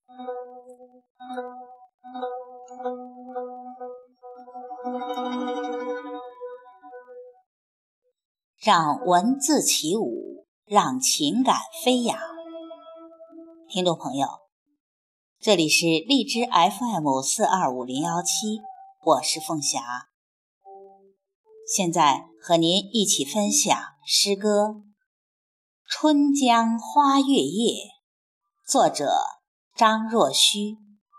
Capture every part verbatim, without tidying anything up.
让文字起舞，让情感飞扬。听众朋友，这里是荔枝 F M 四二五零一七，我是凤霞。现在和您一起分享诗歌《春江花月夜》，作者张若虚。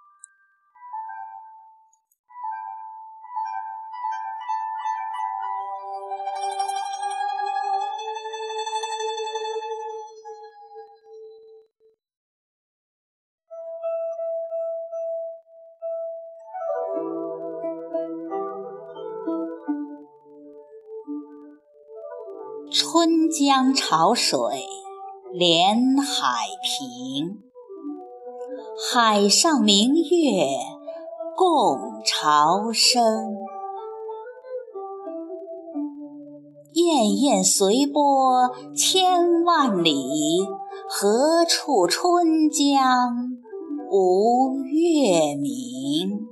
春江潮水连海平，海上明月共潮生。滟滟随波千万里，何处春江无月明。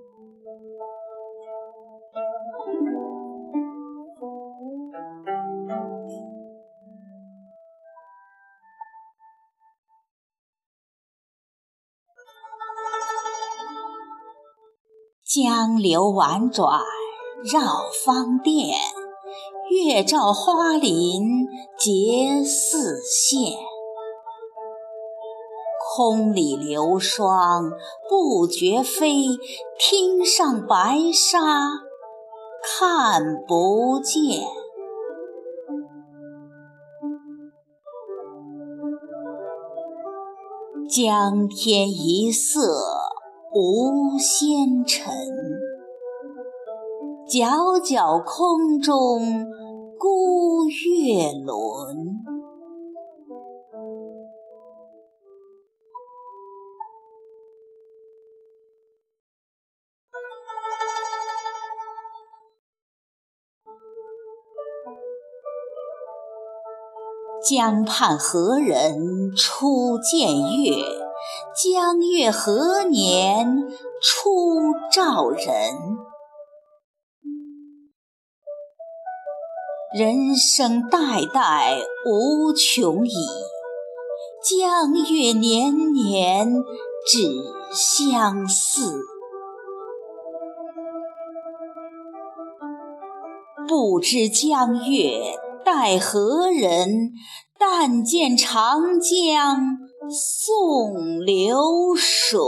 江流婉转绕芳甸，月照花林结似线。空里流霜不觉飞，汀上白沙看不见。江天一色无纤尘，皎皎空中孤月轮。江畔何人初见月？江月何年初照人？人生代代无穷已，江月年年只相似。不知江月待何人？但见长江送流水。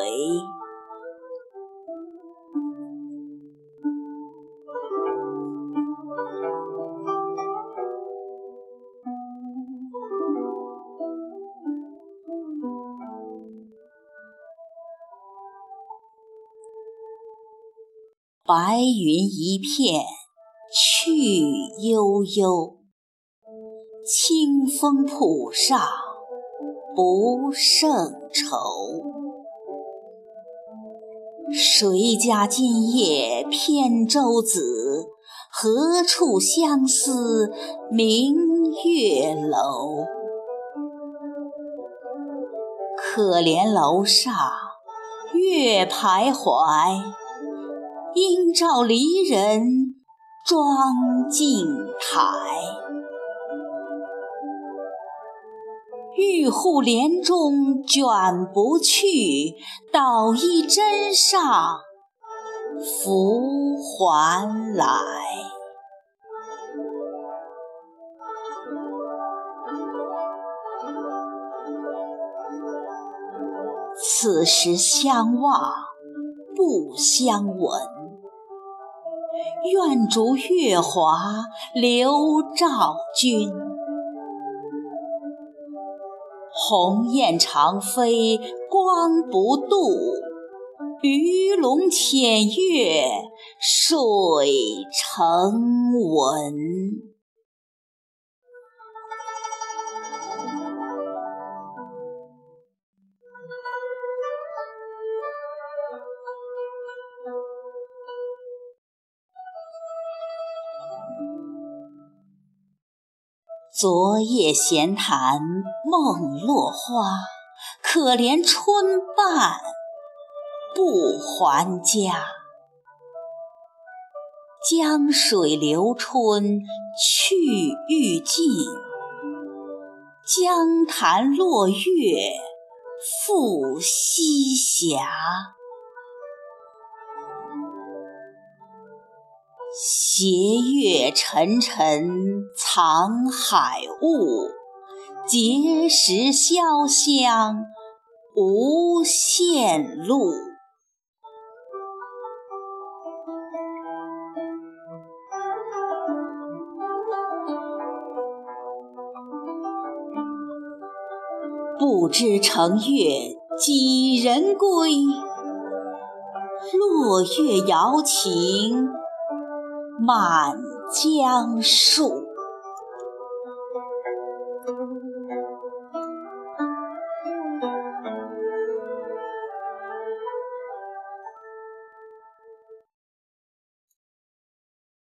白云一片去悠悠，清风浦上不胜愁。谁家今夜扁舟子？何处相思明月楼？可怜楼上月徘徊，应照离人妆镜台。玉户帘中卷不去，捣衣砧上拂还来。此时相望不相闻，愿逐月华流照君。鸿雁长飞光不度，鱼龙潜跃水成文。昨夜闲谈梦落花， 可怜春半不还家。江水流春去欲尽，江潭落月复西斜。斜月沉沉藏海雾，碣石潇湘无限路。不知乘月几人归，落月摇情满江树。